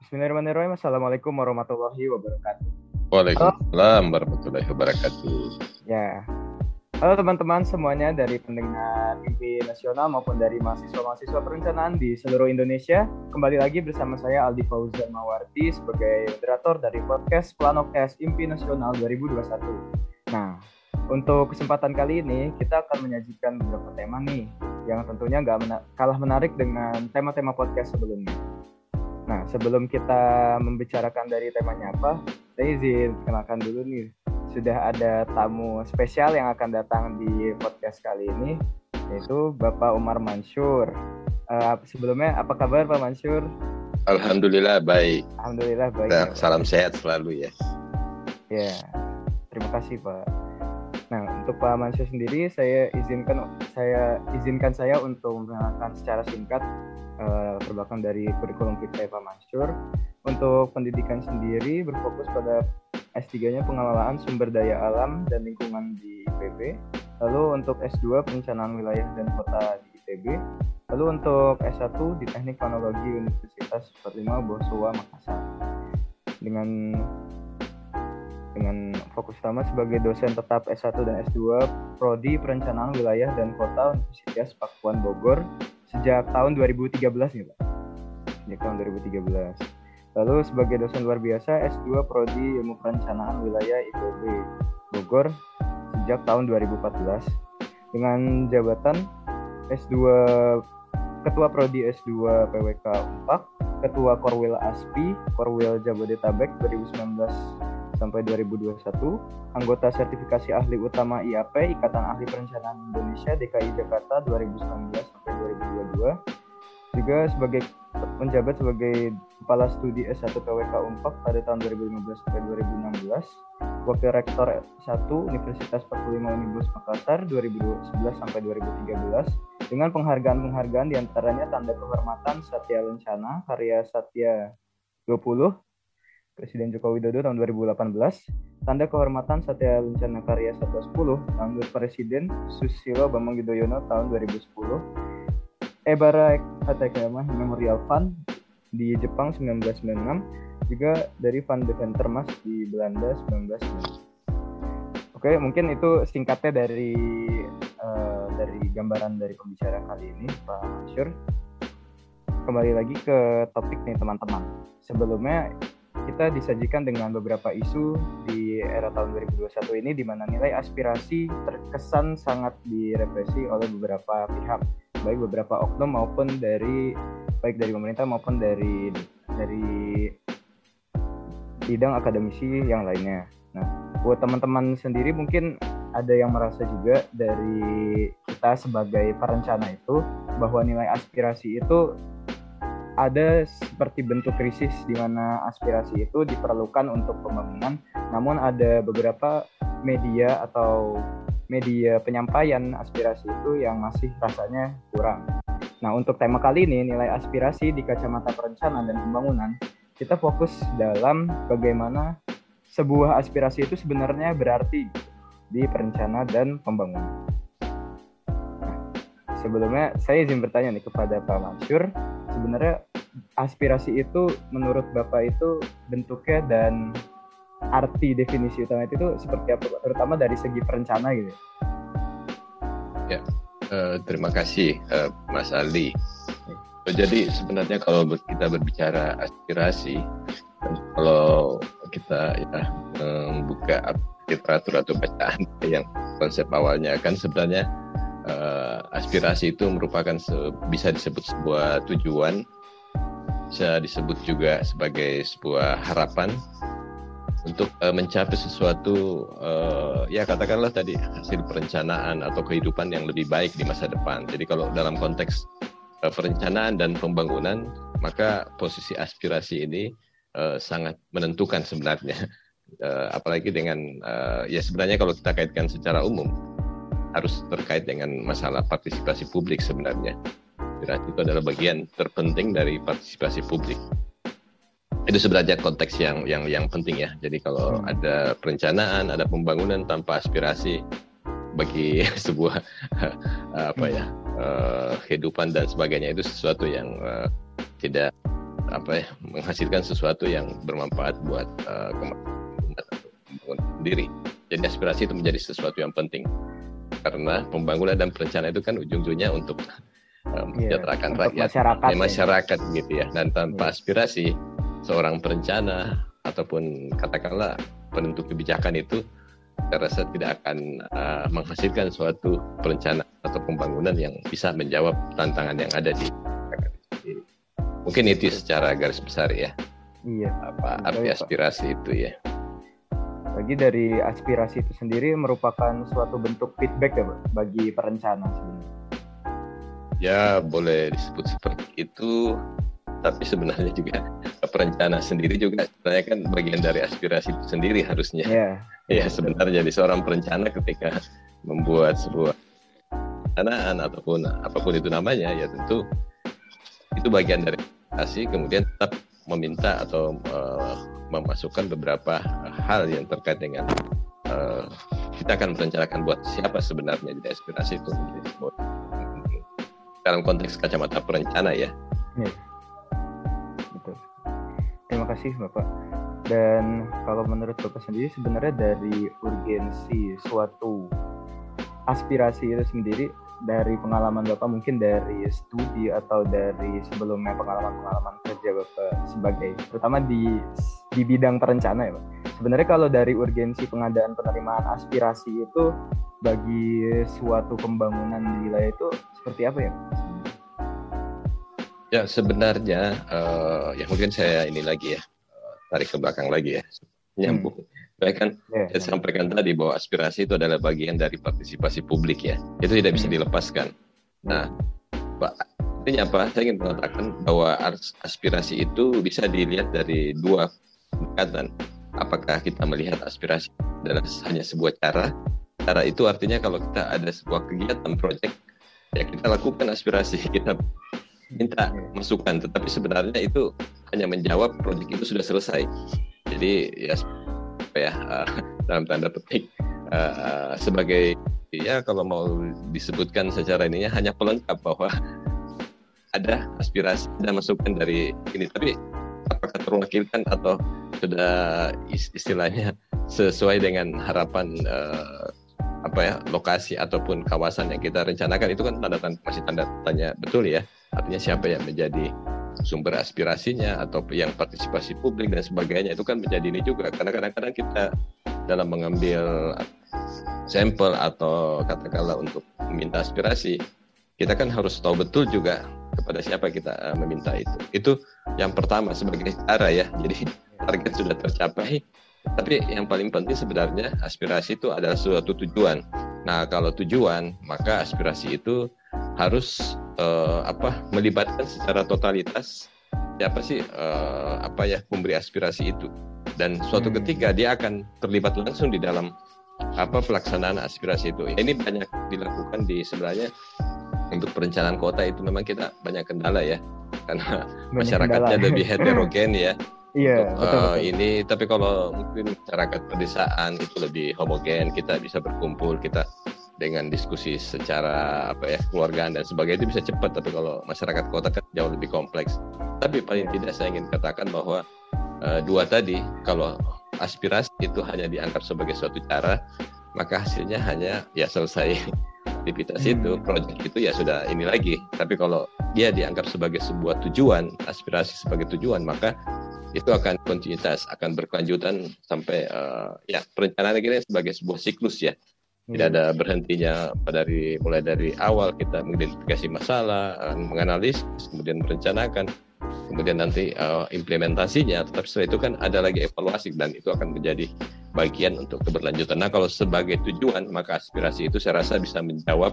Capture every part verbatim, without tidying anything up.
Bismillahirrahmanirrahim. Assalamualaikum warahmatullahi wabarakatuh. Halo, Waalaikumsalam warahmatullahi wabarakatuh. ya. Halo teman-teman semuanya dari pendengar Mimpi Nasional maupun dari mahasiswa-mahasiswa perencanaan di seluruh Indonesia. Kembali lagi bersama saya Aldi Fauzan Mawardi sebagai moderator dari podcast Planokes Mimpi Nasional dua ribu dua puluh satu. Nah, untuk kesempatan kali ini kita akan menyajikan beberapa tema nih yang tentunya nggak mena- kalah menarik dengan tema-tema podcast sebelumnya. Nah, sebelum kita membicarakan dari temanya apa, saya izin kenalkan dulu nih. Sudah ada tamu spesial yang akan datang di podcast kali ini, yaitu Bapak Umar Mansur. Uh, sebelumnya, apa kabar Pak Mansur? Alhamdulillah baik. Alhamdulillah baik. Nah, ya, salam sehat selalu ya. Ya, terima kasih Pak. Nah, untuk Pak Mansur sendiri, saya izinkan saya izinkan saya untuk mengenalkan secara singkat Uh, terbelakang dari kurikulum kita Pak Mansur. Untuk pendidikan sendiri berfokus pada S tiga-nya pengelolaan sumber daya alam dan lingkungan di I P B. Lalu untuk S dua perencanaan wilayah dan kota di I T B. Lalu untuk S satu di Teknik Planologi Universitas empat puluh lima Bosua Makassar. Dengan dengan fokus utama sebagai dosen tetap S satu dan S dua Prodi Perencanaan Wilayah dan Kota Universitas Pakuan Bogor sejak tahun dua ribu tiga belas nih Pak. Sejak tahun dua ribu tiga belas. Lalu sebagai dosen luar biasa S dua Prodi Ilmu Perencanaan Wilayah I P B Bogor sejak tahun dua ribu empat belas dengan jabatan S dua Ketua Prodi S dua P W K Unpak, Ketua Korwil Aspi, Korwil Jabodetabek dua ribu sembilan belas sampai dua ribu dua puluh satu, anggota sertifikasi ahli utama I A P Ikatan Ahli Perencanaan Indonesia D K I Jakarta dua ribu sembilan belas sampai dua ribu dua puluh dua, juga sebagai menjabat sebagai Kepala Studi S satu P W K Unpak pada tahun dua ribu lima belas sampai dua ribu enam belas, Wakil Rektor satu Universitas empat puluh lima Unibus Makassar dua ribu sebelas sampai dua ribu tiga belas, dengan penghargaan-penghargaan diantaranya Tanda Kehormatan Satya Lencana Karya Satya dua puluh Presiden Joko Widodo tahun dua ribu delapan belas, Tanda Kehormatan Satya Lencana Karya Satya sepuluh tahun Presiden Susilo Bambang Yudhoyono tahun dua ribu sepuluh, Ebara Hatakeyama Memorial Fund di Jepang sembilan belas sembilan puluh enam, juga dari Van de Ventermas di Belanda sembilan belas sembilan puluh. Oke, mungkin itu singkatnya dari uh, dari gambaran dari pembicara kali ini Pak Mansur. Kembali lagi ke topik nih teman-teman. Sebelumnya kita disajikan dengan beberapa isu di era tahun dua ribu dua puluh satu ini di mana nilai aspirasi terkesan sangat direpresi oleh beberapa pihak, baik beberapa oknum maupun dari baik dari pemerintah maupun dari dari bidang akademisi yang lainnya. Nah, buat teman-teman sendiri mungkin ada yang merasa juga dari kita sebagai perencana itu bahwa nilai aspirasi itu ada seperti bentuk krisis di mana aspirasi itu diperlukan untuk pembangunan, namun ada beberapa media atau media penyampaian aspirasi itu yang masih rasanya kurang. Nah, untuk tema kali ini, nilai aspirasi di kacamata perencanaan dan pembangunan, kita fokus dalam bagaimana sebuah aspirasi itu sebenarnya berarti di perencanaan dan pembangunan. Nah, sebelumnya saya izin bertanya nih kepada Pak Mansur, sebenarnya aspirasi itu menurut Bapak itu bentuknya dan arti definisi utama itu seperti apa, terutama dari segi perencana gitu? Ya, uh, terima kasih uh, Mas Aldi. Jadi sebenarnya kalau kita berbicara aspirasi, kalau kita ya membuka literatur atau bacaan yang konsep awalnya kan sebenarnya uh, aspirasi itu merupakan se- bisa disebut sebuah tujuan, bisa disebut juga sebagai sebuah harapan untuk uh, mencapai sesuatu uh, ya katakanlah tadi hasil perencanaan atau kehidupan yang lebih baik di masa depan. Jadi kalau dalam konteks uh, perencanaan dan pembangunan, maka posisi aspirasi ini uh, sangat menentukan sebenarnya. Uh, apalagi dengan uh, ya sebenarnya kalau kita kaitkan secara umum harus terkait dengan masalah partisipasi publik sebenarnya. Aspirasi itu adalah bagian terpenting dari partisipasi publik. Itu sebenarnya konteks yang yang yang penting ya. Jadi kalau hmm. ada perencanaan, ada pembangunan tanpa aspirasi bagi sebuah apa ya uh, kehidupan dan sebagainya, itu sesuatu yang uh, tidak apa ya, menghasilkan sesuatu yang bermanfaat buat uh, umat sendiri. Jadi aspirasi itu menjadi sesuatu yang penting karena pembangunan dan perencanaan itu kan ujung-ujungnya untuk uh, mensejahterakan yeah, rakyat, masyarakat, ya, masyarakat ya. Gitu ya. Dan tanpa yeah. aspirasi seorang perencana ataupun katakanlah penentu kebijakan itu saya rasa tidak akan uh, menghasilkan suatu perencanaan atau pembangunan yang bisa menjawab tantangan yang ada di masyarakat sendiri. Mungkin itu secara garis besar ya. Iya. Apa arti aspirasi itu ya? Bagi dari aspirasi itu sendiri merupakan suatu bentuk feedback ya bagi perencana sebenarnya. Ya boleh disebut seperti itu. Tapi sebenarnya juga perencana sendiri juga sebenarnya kan bagian dari aspirasi itu sendiri harusnya. Yeah. Ya sebenarnya di seorang perencana ketika membuat sebuah perencanaan ataupun apapun itu namanya ya tentu itu bagian dari aspirasi, kemudian tetap meminta atau uh, memasukkan beberapa hal yang terkait dengan uh, kita akan merencanakan buat siapa sebenarnya. Jadi aspirasi itu menjadi sebuah dalam konteks kacamata perencana ya. Yeah. Terima kasih Bapak. Dan kalau menurut Bapak sendiri sebenarnya dari urgensi suatu aspirasi itu sendiri dari pengalaman Bapak mungkin dari studi atau dari sebelumnya pengalaman-pengalaman kerja Bapak sebagai terutama di di bidang perencana ya Pak. Sebenarnya kalau dari urgensi pengadaan penerimaan aspirasi itu bagi suatu pembangunan di wilayah itu seperti apa ya Pak? Ya sebenarnya uh, ya mungkin saya ini lagi ya tarik ke belakang lagi ya nyambung. Hmm. Saya kan yeah. saya sampaikan tadi bahwa aspirasi itu adalah bagian dari partisipasi publik ya. Itu tidak bisa dilepaskan. Nah, Pak, artinya apa? Saya ingin mengatakan bahwa aspirasi itu bisa dilihat dari dua pendekatan. Apakah kita melihat aspirasi adalah hanya sebuah cara? Cara itu artinya kalau kita ada sebuah kegiatan proyek ya kita lakukan aspirasi, kita minta masukan, tetapi sebenarnya itu hanya menjawab proyek itu sudah selesai. Jadi ya, ya uh, dalam tanda petik uh, sebagai ya kalau mau disebutkan secara ininya hanya pelengkap bahwa ada aspirasi dan masukan dari ini, tapi apakah terwakilkan atau sudah istilahnya sesuai dengan harapan uh, apa ya lokasi ataupun kawasan yang kita rencanakan, itu kan tanda tanda masih tanda tanya betul ya. Artinya siapa yang menjadi sumber aspirasinya atau yang partisipasi publik dan sebagainya, itu kan menjadi ini juga. Karena kadang-kadang kita dalam mengambil sampel atau katakanlah untuk meminta aspirasi, kita kan harus tahu betul juga kepada siapa kita meminta itu. Itu yang pertama sebagai cara ya. Jadi target sudah tercapai, tapi yang paling penting sebenarnya aspirasi itu adalah suatu tujuan. Nah kalau tujuan, maka aspirasi itu harus uh, apa melibatkan secara totalitas siapa sih uh, apa ya pemberi aspirasi itu, dan suatu hmm. ketika dia akan terlibat langsung di dalam apa pelaksanaan aspirasi itu. Ya, ini banyak dilakukan di sebenarnya untuk perencanaan kota itu memang kita banyak kendala ya karena banyak masyarakatnya kendala. Lebih heterogen ya. Iya, untuk, betul, uh, betul. Ini tapi kalau mungkin masyarakat pedesaan itu lebih homogen, kita bisa berkumpul, kita dengan diskusi secara apa ya keluargaan dan sebagainya itu bisa cepat. Tapi kalau masyarakat kota kan jauh lebih kompleks. Tapi paling tidak saya ingin katakan bahwa uh, dua tadi, kalau aspirasi itu hanya dianggap sebagai suatu cara, maka hasilnya hanya ya selesai aktivitas hmm. itu, proyek itu ya sudah ini lagi. Tapi kalau dia dianggap sebagai sebuah tujuan, aspirasi sebagai tujuan, maka itu akan kontinuitas, akan berkelanjutan sampai uh, ya perencanaan ini sebagai sebuah siklus ya. Tidak ada berhentinya dari mulai dari awal kita mengidentifikasi masalah, menganalisis, kemudian merencanakan, kemudian nanti uh, implementasinya. Tetapi setelah itu kan ada lagi evaluasi dan itu akan menjadi bagian untuk keberlanjutan. Nah kalau sebagai tujuan, maka aspirasi itu saya rasa bisa menjawab.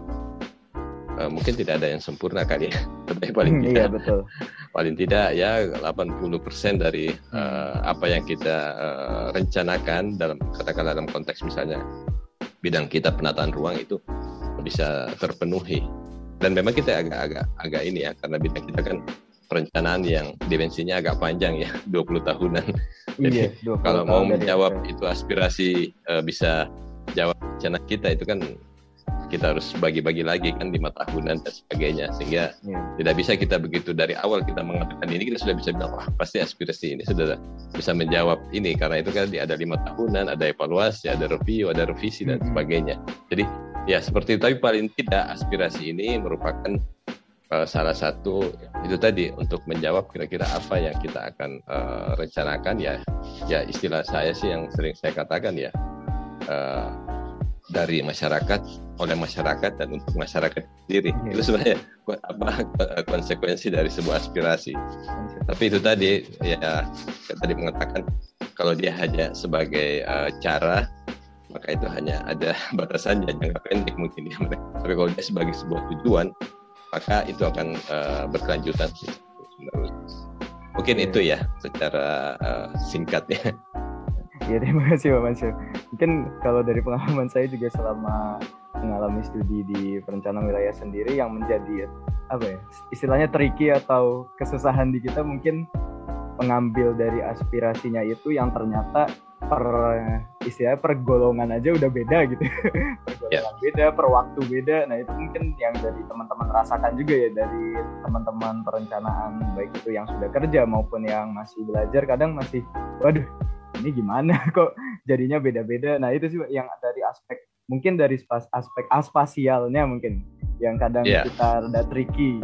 Uh, mungkin tidak ada yang sempurna kali ya, tapi paling hmm, tidak, iya, betul. paling tidak ya delapan puluh persen dari uh, apa yang kita uh, rencanakan dalam katakanlah dalam konteks misalnya bidang kita penataan ruang itu bisa terpenuhi. Dan memang kita agak-agak agak ini ya, karena bidang kita kan perencanaan yang dimensinya agak panjang ya, dua puluh tahunan. Jadi iya, kalau mau menjawab itu aspirasi uh, bisa jawab rencana kita itu kan kita harus bagi-bagi lagi kan lima tahunan dan sebagainya, sehingga yeah. tidak bisa kita begitu dari awal kita mengatakan ini kita sudah bisa bilang wah pasti aspirasi ini sudah bisa menjawab ini, karena itu kan ada lima tahunan, ada evaluasi, ada review, ada revisi dan sebagainya. Jadi ya seperti itu, tapi paling tidak aspirasi ini merupakan uh, salah satu itu tadi untuk menjawab kira-kira apa yang kita akan uh, rencanakan ya. Ya istilah saya sih yang sering saya katakan ya, uh, dari masyarakat, oleh masyarakat, dan untuk masyarakat sendiri. Yeah. Itu sebenarnya apa konsekuensi dari sebuah aspirasi. Yeah. Tapi itu tadi ya tadi mengatakan kalau dia hanya sebagai uh, cara, maka itu hanya ada batasannya jangka pendek mungkin ya. Tapi kalau dia sebagai sebuah tujuan, maka itu akan uh, berkelanjutan. Mungkin yeah. itu ya secara uh, singkatnya. Ya, terima kasih Pak Mansur. Mungkin kalau dari pengalaman saya juga selama mengalami studi di perencanaan wilayah sendiri, yang menjadi apa ya istilahnya tricky atau kesusahan di kita mungkin mengambil dari aspirasinya itu yang ternyata per istilahnya per golongan aja udah beda gitu. Per golongan yeah. beda, per waktu beda. Nah itu mungkin yang dari teman-teman rasakan juga ya, dari teman-teman perencanaan baik itu yang sudah kerja maupun yang masih belajar, kadang masih waduh ini gimana kok jadinya beda-beda. Nah itu sih yang dari aspek mungkin dari spas, aspek aspasialnya mungkin yang kadang yeah. kita rada tricky.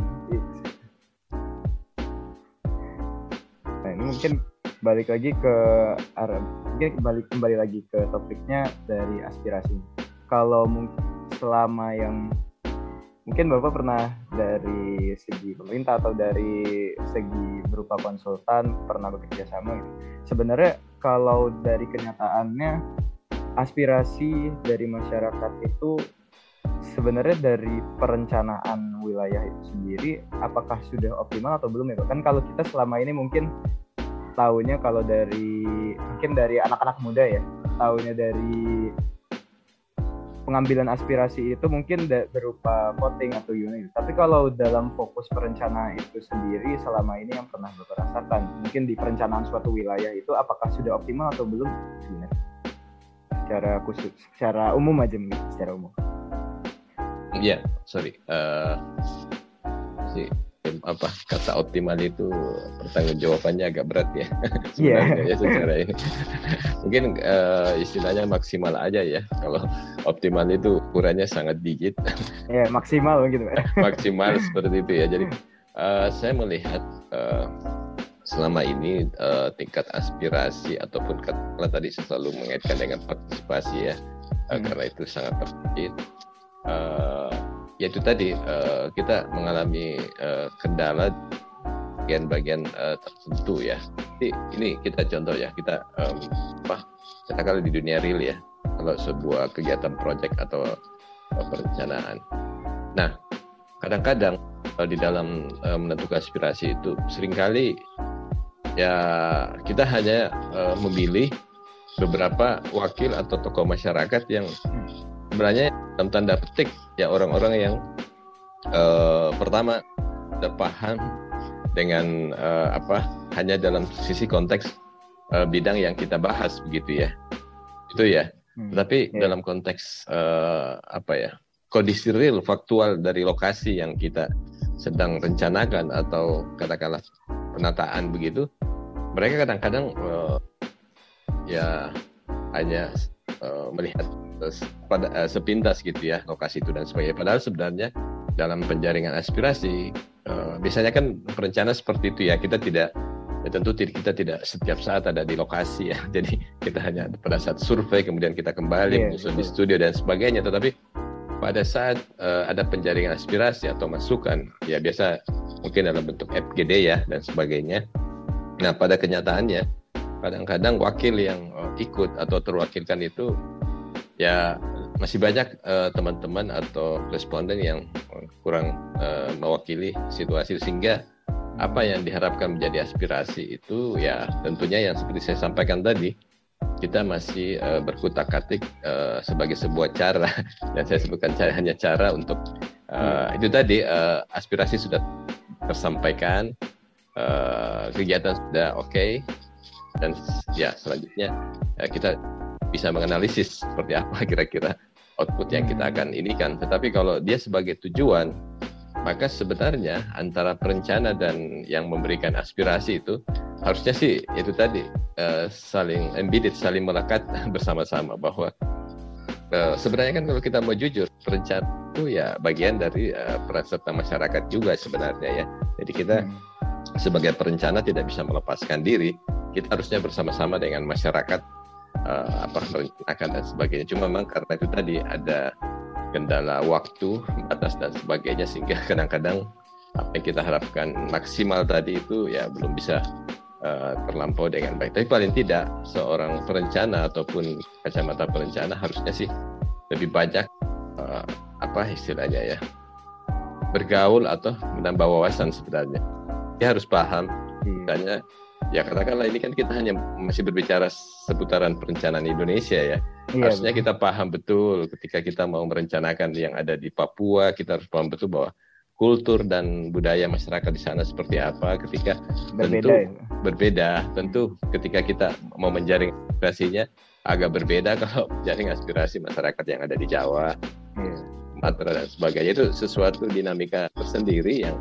Nah ini mungkin balik lagi ke mungkin balik kembali lagi ke topiknya dari aspirasi. Kalau mungkin selama yang mungkin Bapak pernah dari segi pemerintah atau dari segi berupa konsultan pernah bekerja sama gitu. Sebenarnya kalau dari kenyataannya aspirasi dari masyarakat itu sebenarnya dari perencanaan wilayah itu sendiri apakah sudah optimal atau belum ya Pak? Kan kalau kita selama ini mungkin tahunya kalau dari mungkin dari anak-anak muda ya, tahunya dari pengambilan aspirasi itu mungkin berupa voting atau unit. Tapi kalau dalam fokus perencanaan itu sendiri selama ini yang pernah Bapak rasakan, mungkin di perencanaan suatu wilayah itu apakah sudah optimal atau belum sebenarnya? Secara khusus, secara umum aja nih, secara umum. Iya, yeah, sorry. Uh, si apa kata optimal itu pertanggungjawabannya agak berat ya sebenarnya yeah. ya secara ini. Mungkin uh, istilahnya maksimal aja ya. Kalau optimal itu ukurannya sangat digit. Ya yeah, maksimal gitu. Maksimal seperti itu ya. Jadi uh, saya melihat uh, selama ini uh, tingkat aspirasi ataupun kalau tadi saya selalu mengaitkan dengan partisipasi ya, hmm. uh, karena itu sangat penting. Uh, yaitu tadi uh, kita mengalami uh, kendala bagian-bagian uh, tertentu ya. Jadi ini kita contoh ya, kita um, apa katakanlah di dunia real ya, kalau sebuah kegiatan proyek atau uh, perencanaan. Nah, kadang-kadang uh, di dalam uh, menentukan aspirasi itu seringkali ya kita hanya uh, memilih beberapa wakil atau tokoh masyarakat yang sebenarnya dalam tanda petik ya orang-orang yang uh, pertama sudah paham dengan uh, apa hanya dalam sisi konteks uh, bidang yang kita bahas begitu ya, itu ya. Hmm, Tapi yeah. dalam konteks uh, apa ya kondisi real faktual dari lokasi yang kita sedang rencanakan atau katakanlah penataan begitu, mereka kadang-kadang uh, ya hanya uh, melihat pada uh, sepintas gitu ya lokasi itu dan sebagainya. Padahal sebenarnya dalam penjaringan aspirasi uh, biasanya kan perencanaan seperti itu ya, kita tidak ya tentu kita tidak setiap saat ada di lokasi ya. Jadi kita hanya pada saat survei kemudian kita kembali yeah, menyusun di studio dan sebagainya. Tetapi pada saat uh, ada penjaringan aspirasi atau masukan ya biasa mungkin dalam bentuk F G D ya dan sebagainya. Nah pada kenyataannya kadang-kadang wakil yang uh, ikut atau terwakilkan itu ya masih banyak uh, teman-teman atau responden yang kurang uh, mewakili situasi, sehingga apa yang diharapkan menjadi aspirasi itu ya tentunya yang seperti saya sampaikan tadi, kita masih uh, berkutak-katik uh, sebagai sebuah cara dan saya sebutkan cara, hanya cara untuk uh, itu tadi uh, aspirasi sudah tersampaikan, uh, kegiatan sudah oke okay, dan ya selanjutnya uh, kita bisa menganalisis seperti apa kira-kira output yang kita akan ini kan. Tetapi kalau dia sebagai tujuan, maka sebenarnya antara perencana dan yang memberikan aspirasi itu harusnya sih itu tadi uh, saling embedded, saling melekat bersama-sama, bahwa uh, sebenarnya kan kalau kita mau jujur, perencana itu ya bagian dari uh, peran serta masyarakat juga sebenarnya ya. Jadi kita hmm. sebagai perencana tidak bisa melepaskan diri, kita harusnya bersama-sama dengan masyarakat uh, apa merencanakan dan sebagainya. Cuma memang karena itu tadi ada kendala waktu, batas dan sebagainya, sehingga kadang-kadang apa yang kita harapkan maksimal tadi itu ya belum bisa uh, terlampau dengan baik. Tapi paling tidak seorang perencana ataupun kacamata perencana harusnya sih lebih banyak uh, apa istilahnya ya, bergaul atau menambah wawasan sebenarnya. Dia harus paham, misalnya ya katakanlah ini kan kita hanya masih berbicara seputaran perencanaan Indonesia ya. Iya, harusnya betul. Kita paham betul ketika kita mau merencanakan yang ada di Papua, kita harus paham betul bahwa kultur dan budaya masyarakat di sana seperti apa. Ketika berbeda, tentu ya. berbeda, tentu ketika kita mau menjaring aspirasinya agak berbeda kalau menjaring aspirasi masyarakat yang ada di Jawa, iya. Sumatera dan sebagainya. Itu sesuatu dinamika tersendiri yang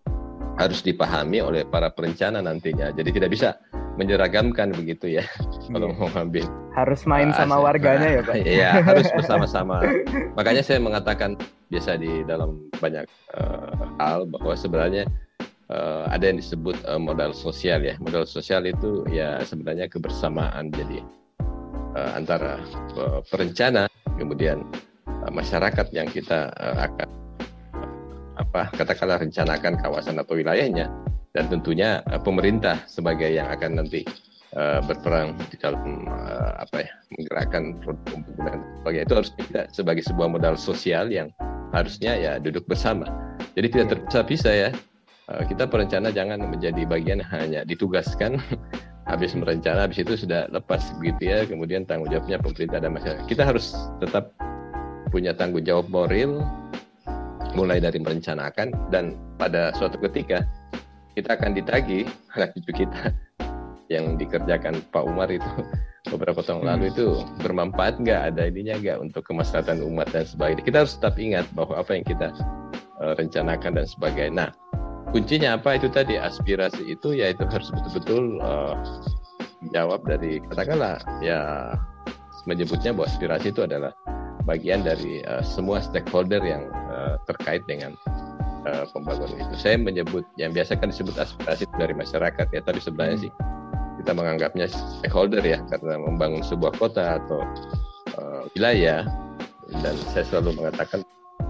harus dipahami oleh para perencana nantinya. Jadi tidak bisa menyeragamkan begitu ya. Hmm. Kalau mau ambil harus main uh, sama warganya ya Pak. Iya, harus bersama-sama. Makanya saya mengatakan biasa di dalam banyak uh, hal bahwa sebenarnya uh, ada yang disebut uh, modal sosial ya. Modal sosial itu ya sebenarnya kebersamaan. Jadi uh, antara uh, perencana kemudian uh, masyarakat yang kita uh, akan uh, apa katakanlah rencanakan kawasan atau wilayahnya. Dan tentunya uh, pemerintah sebagai yang akan nanti uh, berperang di dalam uh, apa ya menggerakkan pembangunan sebagainya, itu harus kita sebagai sebuah modal sosial yang harusnya ya duduk bersama. Jadi tidak terpisah-pisah ya. Uh, kita perencana jangan menjadi bagian hanya ditugaskan habis merencana, habis itu sudah lepas begitu ya. Kemudian tanggung jawabnya pemerintah dan masyarakat. Kita harus tetap punya tanggung jawab moral mulai dari merencanakan, dan pada suatu ketika kita akan ditagih anak cucu kita yang dikerjakan Pak Umar itu beberapa tahun lalu itu bermanfaat nggak, ada ininya nggak untuk kemaslahatan umat dan sebagainya. Kita harus tetap ingat bahwa apa yang kita uh, rencanakan dan sebagainya. Nah, kuncinya apa itu tadi, aspirasi itu ya itu harus betul-betul uh, jawab dari katakanlah ya menyebutnya bahwa aspirasi itu adalah bagian dari uh, semua stakeholder yang uh, terkait dengan Uh, pembangunan itu. Saya menyebut yang biasa kan disebut aspirasi dari masyarakat ya, tapi sebenarnya sih kita menganggapnya stakeholder ya, karena membangun sebuah kota atau uh, wilayah. Dan saya selalu mengatakan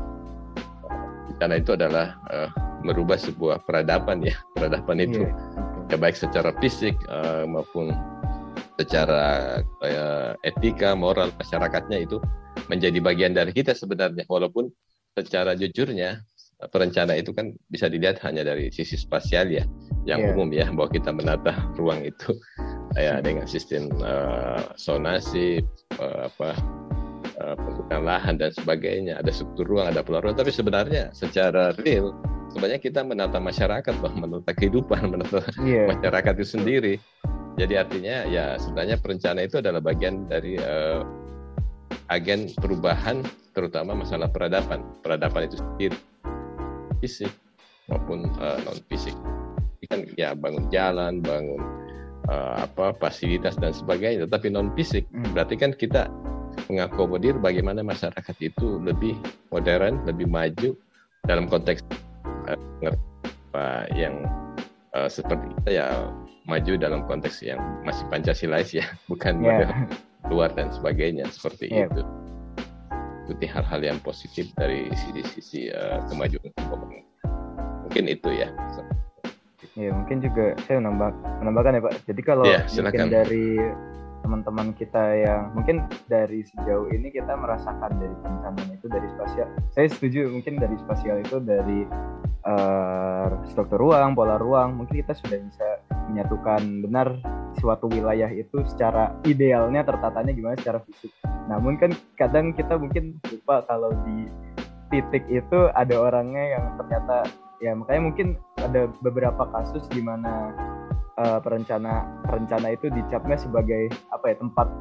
karena itu adalah uh, merubah sebuah peradaban ya, peradaban itu yeah. ya baik secara fisik uh, maupun secara uh, etika, moral masyarakatnya itu menjadi bagian dari kita sebenarnya, walaupun secara jujurnya perencana itu kan bisa dilihat hanya dari sisi spasial ya, yang yeah. umum ya, bahwa kita menata ruang itu ya dengan sistem uh, zonasi, uh, apa uh, penggunaan lahan dan sebagainya, ada struktur ruang, ada pola ruang. Tapi sebenarnya secara real, sebenarnya kita menata masyarakat, bahwa menata kehidupan, menata yeah. masyarakat itu sendiri. Jadi artinya ya sebenarnya perencana itu adalah bagian dari uh, agen perubahan, terutama masalah peradaban, peradaban itu sendiri. Fisik maupun uh, non fisik, kan ya bangun jalan, bangun uh, apa fasilitas dan sebagainya. Tapi non fisik hmm. berarti kan kita mengakomodir bagaimana masyarakat itu lebih modern, lebih maju dalam konteks uh, uh, yang uh, seperti kita ya maju dalam konteks yang masih Pancasilais ya, bukan yeah. model luar dan sebagainya seperti yeah. itu. Ikuti hal-hal yang positif dari sisi-sisi uh, kemajuan pembangunan. Mungkin itu ya. Ya mungkin juga saya menambah menambahkan ya Pak. Jadi kalau yeah, mungkin dari teman-teman kita yang mungkin dari sejauh ini kita merasakan dari perencanaan itu dari spasial. Saya setuju mungkin dari spasial itu dari uh, struktur ruang, pola ruang. Mungkin kita sudah bisa menyatukan benar suatu wilayah itu secara idealnya tertatanya gimana secara fisik. Namun kan kadang kita mungkin lupa kalau di titik itu ada orangnya yang ternyata ya, makanya mungkin ada beberapa kasus di mana uh, perencana perencana itu dicapnya sebagai apa ya tempat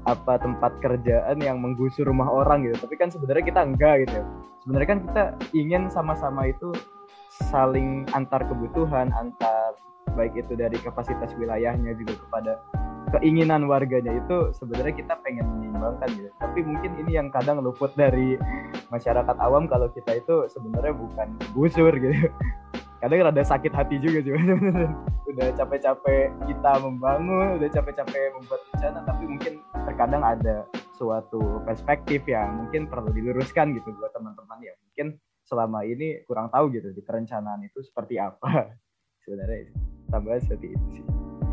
apa tempat kerjaan yang menggusur rumah orang gitu. Tapi kan sebenarnya kita enggak gitu ya. Sebenarnya kan kita ingin sama-sama itu saling antar kebutuhan, antar baik itu dari kapasitas wilayahnya juga kepada keinginan warganya, itu sebenarnya kita pengen menyeimbangkan gitu. Tapi mungkin ini yang kadang luput dari masyarakat awam, kalau kita itu sebenarnya bukan gusur gitu. Kadang rada sakit hati juga sih. Udah capek-capek kita membangun, udah capek-capek membuat rencana, tapi mungkin terkadang ada suatu perspektif yang mungkin perlu diluruskan gitu buat teman-teman ya. Mungkin selama ini kurang tahu gitu di perencanaan itu seperti apa. Sebenarnya tambahan seperti itu sih.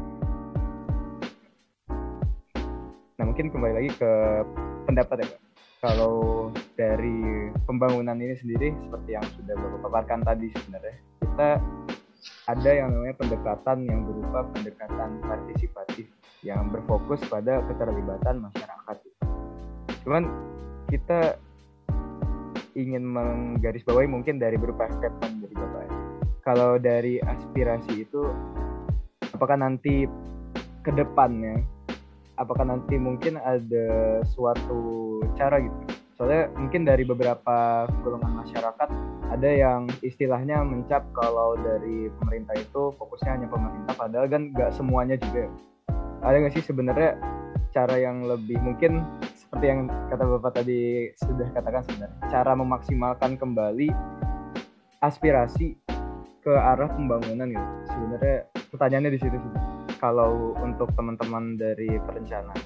Nah, mungkin kembali lagi ke pendapat ya Pak. Kalau dari pembangunan ini sendiri, seperti yang sudah Bapak paparkan tadi, sebenarnya kita ada yang namanya pendekatan yang berupa pendekatan partisipatif yang berfokus pada keterlibatan masyarakat. Cuman kita ingin menggarisbawahi mungkin dari berupa statement dari Bapak. Kalau dari aspirasi itu, apakah nanti ke depannya, apakah nanti mungkin ada suatu cara gitu? Soalnya mungkin dari beberapa golongan masyarakat ada yang istilahnya mencap kalau dari pemerintah itu fokusnya hanya pemerintah, padahal kan nggak semuanya juga. Ada nggak sih sebenarnya cara yang lebih mungkin seperti yang kata Bapak tadi sudah katakan, sebenarnya cara memaksimalkan kembali aspirasi ke arah pembangunan gitu? Sebenarnya pertanyaannya di situ sih. Kalau untuk teman-teman dari perencanaan.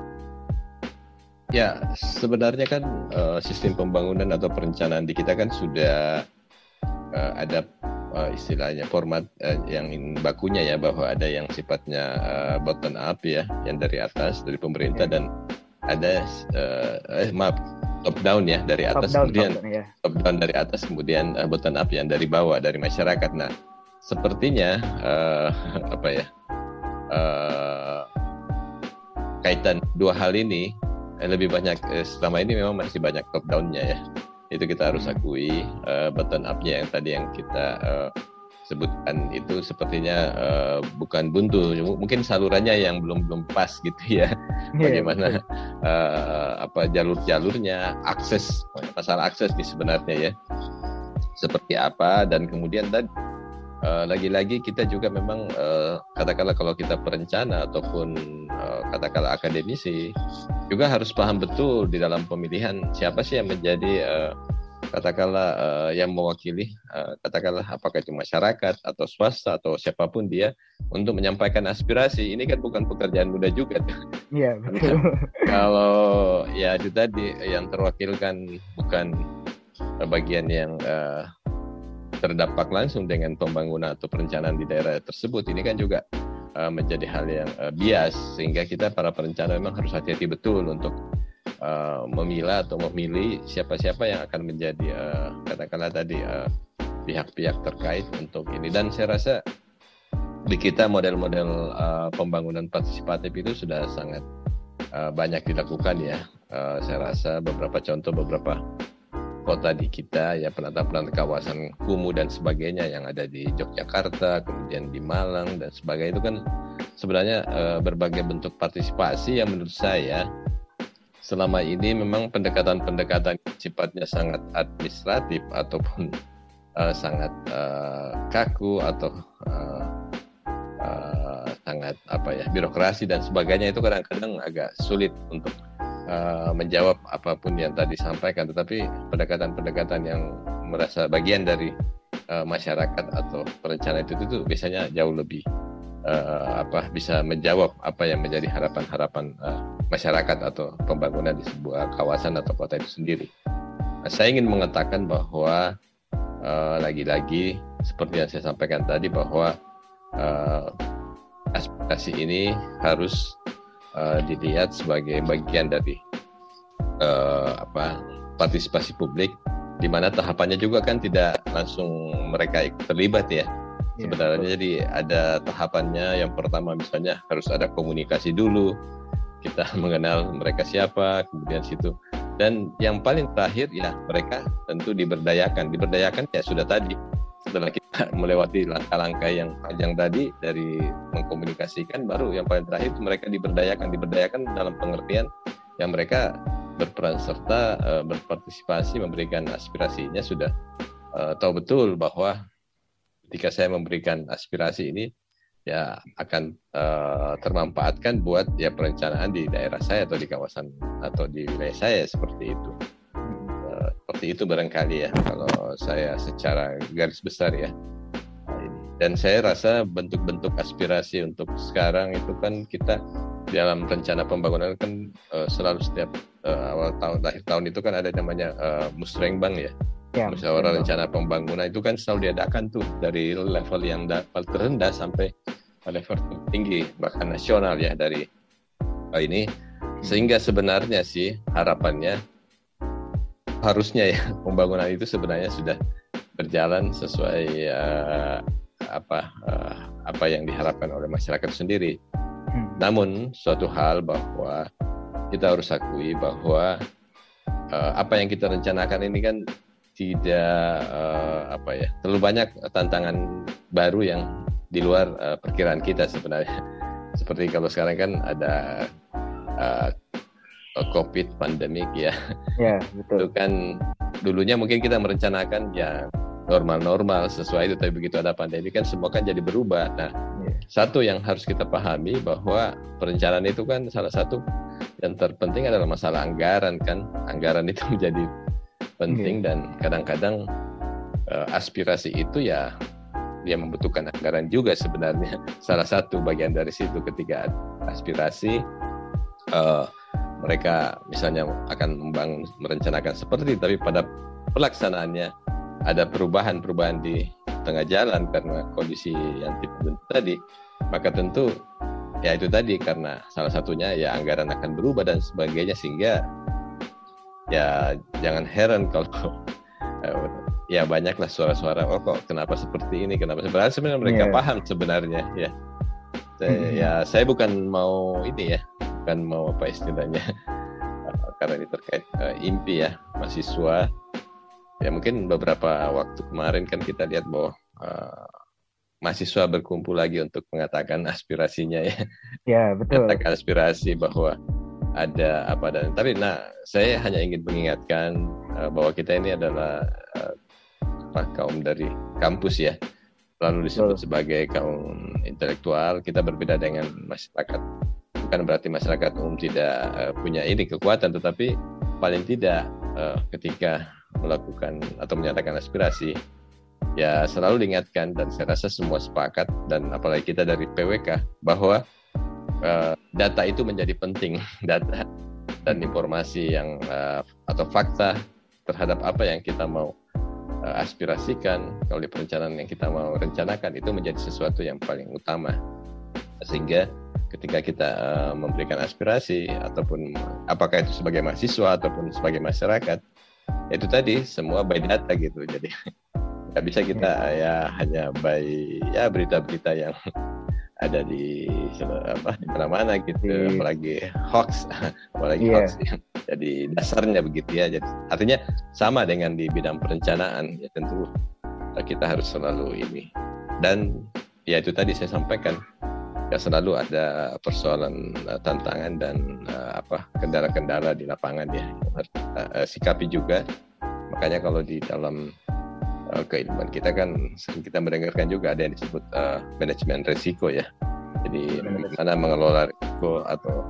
Ya, sebenarnya kan uh, sistem pembangunan atau perencanaan di kita kan sudah uh, ada uh, istilahnya format uh, yang bakunya ya, bahwa ada yang sifatnya uh, bottom up ya, yang dari atas dari pemerintah, dan ada uh, eh maaf top down ya dari atas, top down, kemudian top down, ya. top down dari atas, kemudian uh, bottom up yang dari bawah dari masyarakat. Nah, sepertinya uh, apa ya uh, kaitan dua hal ini lebih banyak eh, selama ini memang masih banyak top down-nya ya. Itu kita harus akui. uh, bottom up-nya yang tadi yang kita uh, sebutkan itu sepertinya uh, bukan buntu. M- mungkin salurannya yang belum belum pas gitu ya. Bagaimana uh, apa jalur-jalurnya, akses, masalah akses nih sebenarnya ya. Seperti apa, dan kemudian tadi Uh, lagi-lagi kita juga memang uh, katakanlah kalau kita perencana ataupun uh, katakanlah akademisi juga harus paham betul di dalam pemilihan siapa sih yang menjadi uh, katakanlah uh, yang mewakili uh, katakanlah apakah itu masyarakat atau swasta atau siapapun dia untuk menyampaikan aspirasi. Ini kan bukan pekerjaan mudah juga. Iya, betul. Kalau ya itu tadi yang terwakilkan bukan bagian yang uh, terdampak langsung dengan pembangunan atau perencanaan di daerah tersebut, ini kan juga uh, menjadi hal yang uh, bias, sehingga kita para perencana memang harus hati-hati betul untuk uh, memilah atau memilih siapa-siapa yang akan menjadi uh, katakanlah tadi uh, pihak-pihak terkait untuk ini. Dan saya rasa di kita model-model uh, pembangunan partisipatif itu sudah sangat uh, banyak dilakukan ya. Uh, saya rasa beberapa contoh beberapa kota di kita ya, penata-penata kawasan kumuh dan sebagainya yang ada di Yogyakarta, kemudian di Malang dan sebagainya, itu kan sebenarnya e, berbagai bentuk partisipasi yang menurut saya selama ini memang pendekatan-pendekatan sifatnya sangat administratif ataupun e, sangat e, kaku atau e, e, sangat apa ya birokrasi dan sebagainya, itu kadang-kadang agak sulit untuk Uh, menjawab apapun yang tadi disampaikan. Tetapi pendekatan-pendekatan yang merasa bagian dari uh, masyarakat atau perencana itu itu biasanya jauh lebih uh, apa bisa menjawab apa yang menjadi harapan-harapan uh, masyarakat atau pembangunan di sebuah kawasan atau kota itu sendiri. Nah, saya ingin mengatakan bahwa uh, lagi-lagi seperti yang saya sampaikan tadi, bahwa uh, aspirasi ini harus Uh, dilihat sebagai bagian dari uh, apa partisipasi publik, di mana tahapannya juga kan tidak langsung mereka ikut terlibat ya. Yeah, sebenarnya betul. Jadi ada tahapannya. Yang pertama misalnya harus ada komunikasi dulu, kita mengenal mereka siapa, kemudian situ, dan yang paling terakhir ya mereka tentu diberdayakan. Diberdayakan ya sudah tadi, setelah kita melewati langkah-langkah yang panjang tadi dari mengkomunikasikan, baru yang paling terakhir mereka diberdayakan diberdayakan dalam pengertian yang mereka berperan serta uh, berpartisipasi, memberikan aspirasinya, sudah uh, tahu betul bahwa ketika saya memberikan aspirasi ini ya akan uh, termanfaatkan buat ya perencanaan di daerah saya atau di kawasan atau di wilayah saya, seperti itu. Uh, seperti itu barangkali ya kalau saya secara garis besar ya. Dan saya rasa bentuk-bentuk aspirasi untuk sekarang itu kan kita dalam rencana pembangunan kan uh, selalu setiap uh, awal tahun, akhir tahun itu kan ada namanya uh, musrengbang ya. Ya, musyawarah rencana pembangunan itu kan selalu diadakan tuh dari level yang dapat terendah sampai level tertinggi bahkan nasional ya dari uh, ini, sehingga sebenarnya sih harapannya harusnya ya pembangunan itu sebenarnya sudah berjalan sesuai uh, apa uh, apa yang diharapkan oleh masyarakat sendiri. Hmm. Namun suatu hal bahwa kita harus akui bahwa uh, apa yang kita rencanakan ini kan tidak uh, apa ya terlalu banyak tantangan baru yang di luar uh, perkiraan kita sebenarnya. Seperti kalau sekarang kan ada uh, COVID pandemik ya. Ya, betul. Itu kan dulunya mungkin kita merencanakan ya normal-normal sesuai itu, tapi begitu ada pandemi kan semua kan jadi berubah. Nah, ya. Satu yang harus kita pahami bahwa perencanaan itu kan salah satu yang terpenting adalah masalah anggaran kan. Anggaran itu menjadi penting, ya. Dan kadang-kadang uh, aspirasi itu ya dia membutuhkan anggaran juga sebenarnya. Salah satu bagian dari situ ketika aspirasi uh, mereka misalnya akan membangun, merencanakan seperti itu, tapi pada pelaksanaannya ada perubahan-perubahan di tengah jalan karena kondisi yang tidak tentu tadi, maka tentu ya itu tadi karena salah satunya ya anggaran akan berubah dan sebagainya, sehingga ya jangan heran kalau ya banyaklah suara-suara oh kok kenapa seperti ini, kenapa sebenarnya sebenarnya mereka yeah. paham sebenarnya ya. Saya, mm-hmm. ya saya bukan mau ini ya, bukan mau apa istilahnya karena ini terkait uh, impi ya mahasiswa. Ya mungkin beberapa waktu kemarin kan kita lihat bahwa uh, mahasiswa berkumpul lagi untuk mengatakan aspirasinya ya. Ya betul. Mengatakan aspirasi bahwa ada apa dan tapi nah saya hanya ingin mengingatkan uh, bahwa kita ini adalah uh, apa, kaum dari kampus ya, lalu disebut betul. Sebagai kaum intelektual. Kita berbeda dengan masyarakat, bukan berarti masyarakat umum tidak uh, punya ini kekuatan, tetapi paling tidak uh, ketika melakukan atau menyatakan aspirasi ya selalu diingatkan, dan saya rasa semua sepakat dan apalagi kita dari P W K bahwa uh, data itu menjadi penting. Data dan informasi yang uh, atau fakta terhadap apa yang kita mau uh, aspirasikan, kalau di perencanaan yang kita mau rencanakan itu menjadi sesuatu yang paling utama, sehingga ketika kita uh, memberikan aspirasi ataupun apakah itu sebagai mahasiswa ataupun sebagai masyarakat, itu tadi semua by data gitu. Jadi nggak bisa kita ya hanya by ya berita-berita yang ada di apa di mana-mana gitu, di... apalagi hoax, apalagi yeah. hoax yang jadi dasarnya begitu ya. Jadi artinya sama dengan di bidang perencanaan ya, tentu kita harus selalu ini, dan ya itu tadi saya sampaikan ya selalu ada persoalan uh, tantangan dan uh, apa kendala-kendala di lapangan ya yang harus uh, sikapi juga. Makanya kalau di dalam uh, keilmuan kita kan sering kita mendengarkan juga ada yang disebut uh, manajemen risiko ya. Jadi bagaimana mengelola risiko atau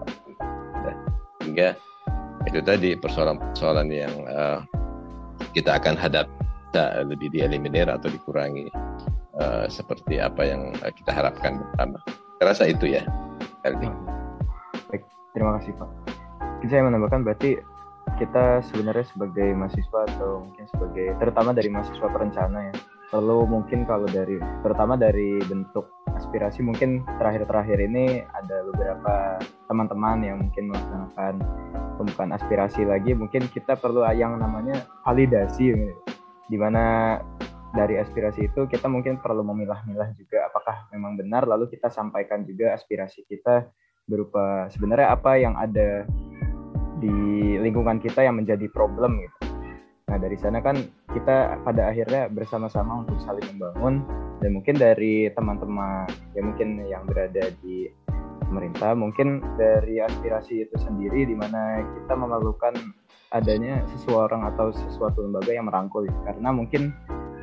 ya. Hingga itu tadi persoalan-persoalan yang uh, kita akan hadapi bisa lebih dieliminir atau dikurangi. Uh, seperti apa yang uh, kita harapkan bersama. Saya rasa itu ya, Eldi. Baik, terima kasih Pak. Saya menambahkan berarti kita sebenarnya sebagai mahasiswa atau mungkin sebagai terutama dari mahasiswa perencana ya, perlu mungkin kalau dari terutama dari bentuk aspirasi mungkin terakhir-terakhir ini ada beberapa teman-teman yang mungkin melaksanakan pembukaan aspirasi lagi, mungkin kita perlu yang namanya validasi, di mana dari aspirasi itu kita mungkin perlu memilah-milah juga apakah memang benar, lalu kita sampaikan juga aspirasi kita berupa sebenarnya apa yang ada di lingkungan kita yang menjadi problem gitu. Nah dari sana kan kita pada akhirnya bersama-sama untuk saling membangun, dan mungkin dari teman-teman ya mungkin yang berada di pemerintah, mungkin dari aspirasi itu sendiri di mana kita memerlukan adanya seseorang atau sesuatu lembaga yang merangkul, karena mungkin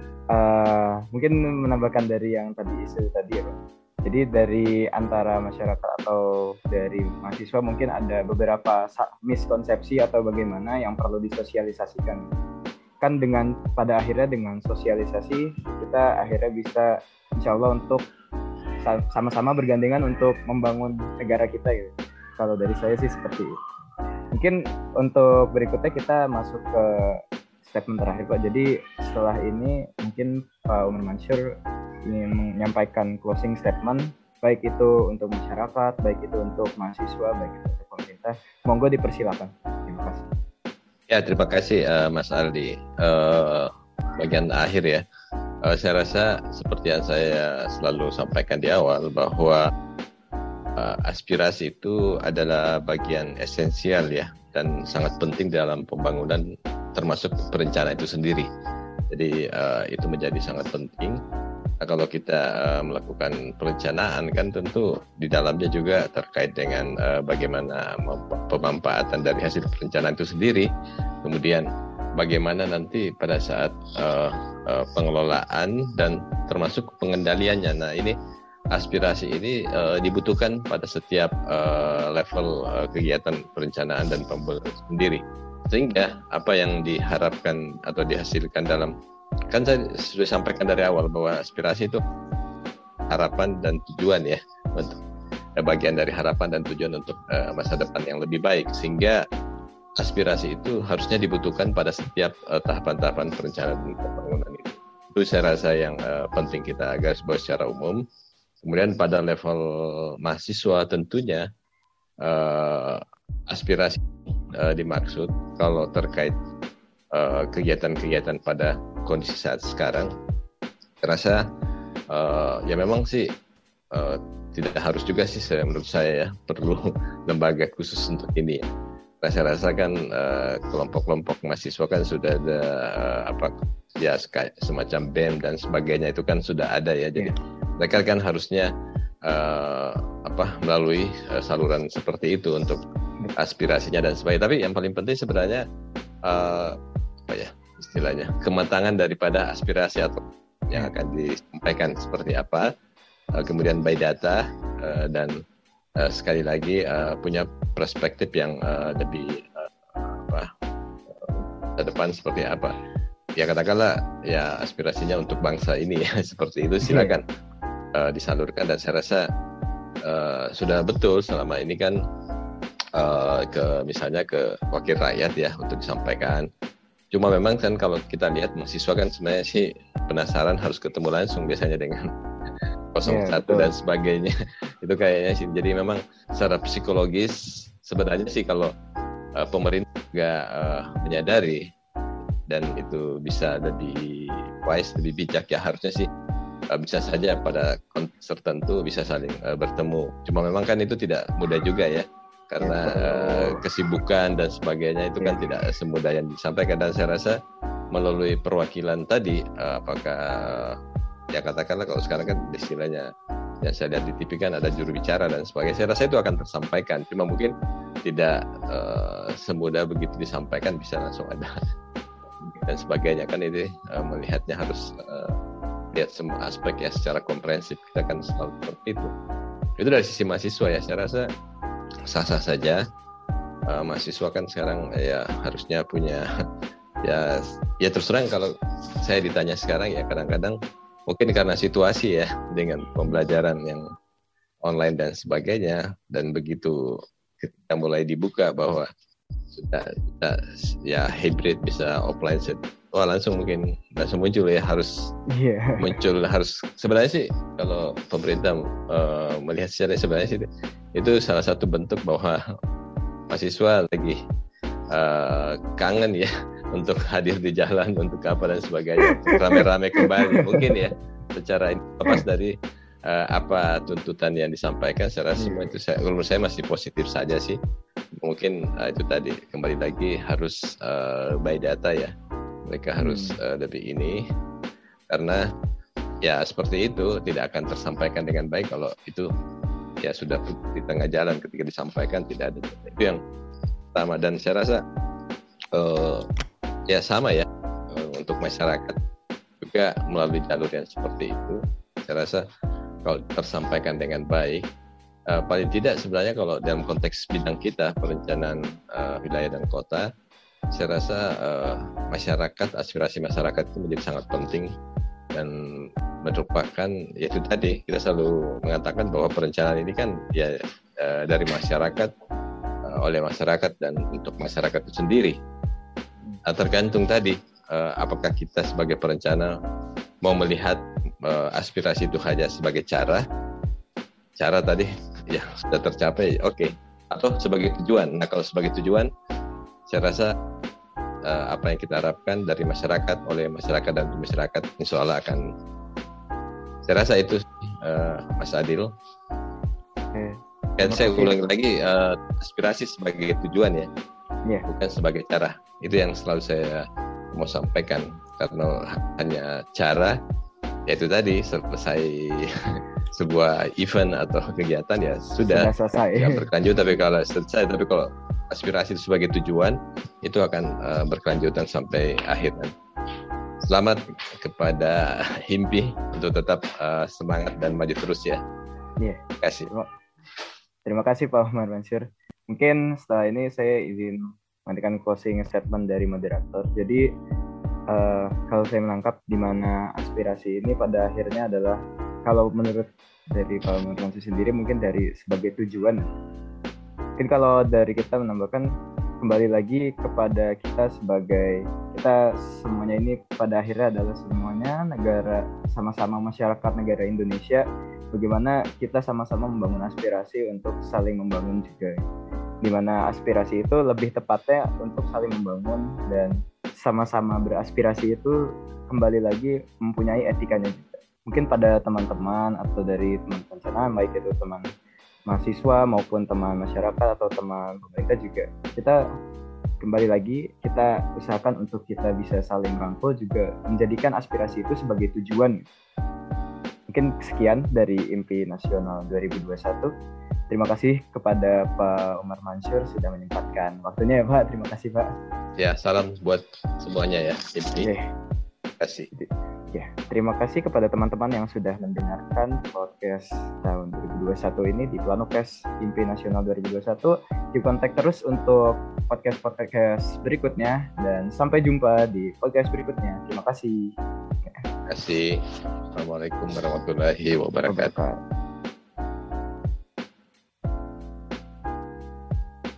uh, mungkin menambahkan dari yang tadi isu tadi ya Pak. Jadi dari antara masyarakat atau dari mahasiswa mungkin ada beberapa miskonsepsi atau bagaimana yang perlu disosialisasikan. Kan dengan pada akhirnya dengan sosialisasi kita akhirnya bisa insya Allah untuk sama-sama bergandengan untuk membangun negara kita gitu. Kalau dari saya sih seperti itu. Mungkin untuk berikutnya kita masuk ke statement terakhir Pak. Jadi setelah ini mungkin Pak Umar Mansur ingin menyampaikan closing statement, baik itu untuk masyarakat, baik itu untuk mahasiswa, baik itu untuk pemerintah. Monggo dipersilakan. Terima kasih. Ya, terima kasih uh, Mas Aldi. Uh, bagian akhir ya, uh, saya rasa seperti yang saya selalu sampaikan di awal bahwa uh, aspirasi itu adalah bagian esensial ya dan sangat penting dalam pembangunan termasuk perencanaan itu sendiri. Jadi uh, itu menjadi sangat penting. Nah, kalau kita uh, melakukan perencanaan kan tentu di dalamnya juga terkait dengan uh, bagaimana pemanfaatan dari hasil perencanaan itu sendiri. Kemudian bagaimana nanti pada saat uh, uh, pengelolaan dan termasuk pengendaliannya. Nah ini aspirasi ini uh, dibutuhkan pada setiap uh, level uh, kegiatan perencanaan dan pembangunan sendiri. Sehingga apa yang diharapkan atau dihasilkan dalam, kan saya sudah sampaikan dari awal bahwa aspirasi itu harapan dan tujuan ya, untuk eh, bagian dari harapan dan tujuan untuk uh, masa depan yang lebih baik, sehingga aspirasi itu harusnya dibutuhkan pada setiap uh, tahapan-tahapan perencanaan pembangunan itu. Itu saya rasa yang uh, penting kita garis bawahi secara umum. Kemudian pada level mahasiswa tentunya uh, aspirasi uh, dimaksud kalau terkait Uh, kegiatan-kegiatan pada kondisi saat sekarang, terasa uh, ya memang sih uh, tidak harus juga sih saya, menurut saya ya perlu lembaga khusus untuk ini. Nah, saya rasa kan uh, kelompok-kelompok mahasiswa kan sudah ada uh, apa ya semacam B E M dan sebagainya itu kan sudah ada ya. Jadi yeah. mereka kan harusnya uh, apa melalui uh, saluran seperti itu untuk aspirasinya dan sebagainya. Tapi yang paling penting sebenarnya uh, apa ya istilahnya kematangan daripada aspirasi atau yang akan disampaikan seperti apa, uh, kemudian by data uh, dan uh, sekali lagi uh, punya perspektif yang uh, lebih uh, apa uh, ke depan seperti apa ya, katakanlah ya aspirasinya untuk bangsa ini ya seperti itu, silakan uh, disalurkan. Dan saya rasa uh, sudah betul selama ini kan uh, ke misalnya ke wakil rakyat ya untuk disampaikan. Cuma memang kan kalau kita lihat mahasiswa kan sebenarnya sih penasaran, harus ketemu langsung biasanya dengan nol satu yeah, dan sebagainya. Itu kayaknya sih. Jadi memang secara psikologis sebenarnya sih kalau uh, pemerintah juga uh, menyadari dan itu bisa lebih wise, lebih bijak ya, harusnya sih uh, bisa saja pada konteks tertentu bisa saling uh, bertemu. Cuma memang kan itu tidak mudah juga ya, karena uh, kesibukan dan sebagainya itu kan yeah. tidak semudah yang disampaikan. Dan saya rasa melalui perwakilan tadi, uh, apakah ya katakanlah kalau sekarang kan istilahnya yang saya lihat di T V kan ada juru bicara dan sebagainya, saya rasa itu akan tersampaikan. Cuma mungkin tidak uh, semudah begitu disampaikan bisa langsung ada dan sebagainya kan. Itu uh, melihatnya harus uh, lihat semua aspek ya secara komprehensif, kita kan selalu seperti itu. Itu dari sisi mahasiswa ya, saya rasa sah-sah saja. Uh, mahasiswa kan sekarang ya harusnya punya ya ya terus terang kalau saya ditanya sekarang ya kadang-kadang mungkin karena situasi ya dengan pembelajaran yang online dan sebagainya, dan begitu ketika mulai dibuka bahwa sudah, sudah ya hybrid bisa offline set, wah langsung mungkin langsung muncul ya harus yeah. muncul harus sebenarnya sih kalau pemerintah uh, melihat secara sebenarnya sih itu salah satu bentuk bahwa mahasiswa lagi uh, kangen ya untuk hadir di jalan untuk apa dan sebagainya, untuk rame-rame kembali mungkin ya secara lepas dari uh, apa tuntutan yang disampaikan. Saya rasa semua itu saya, menurut saya masih positif saja sih. Mungkin uh, itu tadi kembali lagi harus uh, by data ya, mereka harus uh, lebih ini, karena ya seperti itu tidak akan tersampaikan dengan baik kalau itu ya sudah di tengah jalan ketika disampaikan tidak ada. Itu yang pertama, dan saya rasa uh, ya sama ya uh, untuk masyarakat juga melalui jalur yang seperti itu. Saya rasa kalau tersampaikan dengan baik, uh, paling tidak sebenarnya kalau dalam konteks bidang kita perencanaan uh, wilayah dan kota, saya rasa uh, masyarakat, aspirasi masyarakat itu menjadi sangat penting, dan merupakan yaitu tadi kita selalu mengatakan bahwa perencanaan ini kan ya uh, dari masyarakat, uh, oleh masyarakat, dan untuk masyarakat itu sendiri. Uh, tergantung tadi uh, apakah kita sebagai perencana mau melihat uh, aspirasi itu hanya sebagai cara cara tadi ya sudah tercapai, oke, okay. Atau sebagai tujuan. Nah, kalau sebagai tujuan, saya rasa uh, apa yang kita harapkan dari masyarakat, oleh masyarakat dan untuk masyarakat, insya Allah akan, saya rasa itu uh, Mas Adil. Okay. Dan saya ulangi lagi, uh, aspirasi sebagai tujuan ya, yeah. bukan sebagai cara. Itu yang selalu saya mau sampaikan, karena hanya cara, yaitu tadi selesai sebuah event atau kegiatan ya sudah, sudah selesai. Ya berkelanjut. Tapi kalau selesai, tapi kalau aspirasi itu sebagai tujuan, itu akan uh, berkelanjutan sampai akhir. Selamat kepada Himpi untuk tetap uh, semangat dan maju terus ya. Iya. Terima kasih. Terima kasih Pak Umar Mansur. Mungkin setelah ini saya izin memberikan closing statement dari moderator. Jadi uh, kalau saya menangkap di mana aspirasi ini pada akhirnya adalah, kalau menurut dari Pak Umar Mansur sendiri mungkin dari sebagai tujuan. Mungkin kalau dari kita menambahkan kembali lagi kepada kita sebagai, kita semuanya ini pada akhirnya adalah semuanya negara, sama-sama masyarakat negara Indonesia, bagaimana kita sama-sama membangun aspirasi untuk saling membangun juga, dimana aspirasi itu lebih tepatnya untuk saling membangun dan sama-sama beraspirasi itu kembali lagi mempunyai etikanya juga. Mungkin pada teman-teman atau dari teman perencanaan, baik itu teman mahasiswa maupun teman masyarakat atau teman pemerintah juga, kita kembali lagi kita usahakan untuk kita bisa saling merangkul, juga menjadikan aspirasi itu sebagai tujuan. Mungkin sekian dari I M P I Nasional dua ribu dua puluh satu. Terima kasih kepada Pak Umar Mansur sudah menyempatkan waktunya ya Pak. Terima kasih Pak. Ya, salam buat semuanya ya I M P I. Okay. Terima kasih. Ya, terima kasih kepada teman-teman yang sudah mendengarkan podcast tahun dua ribu dua puluh satu ini di Planukes I M P I Nasional dua ribu dua puluh satu. Di kontak terus untuk podcast-podcast berikutnya, dan sampai jumpa di podcast berikutnya. Terima kasih. Terima kasih. Assalamualaikum warahmatullahi wabarakatuh.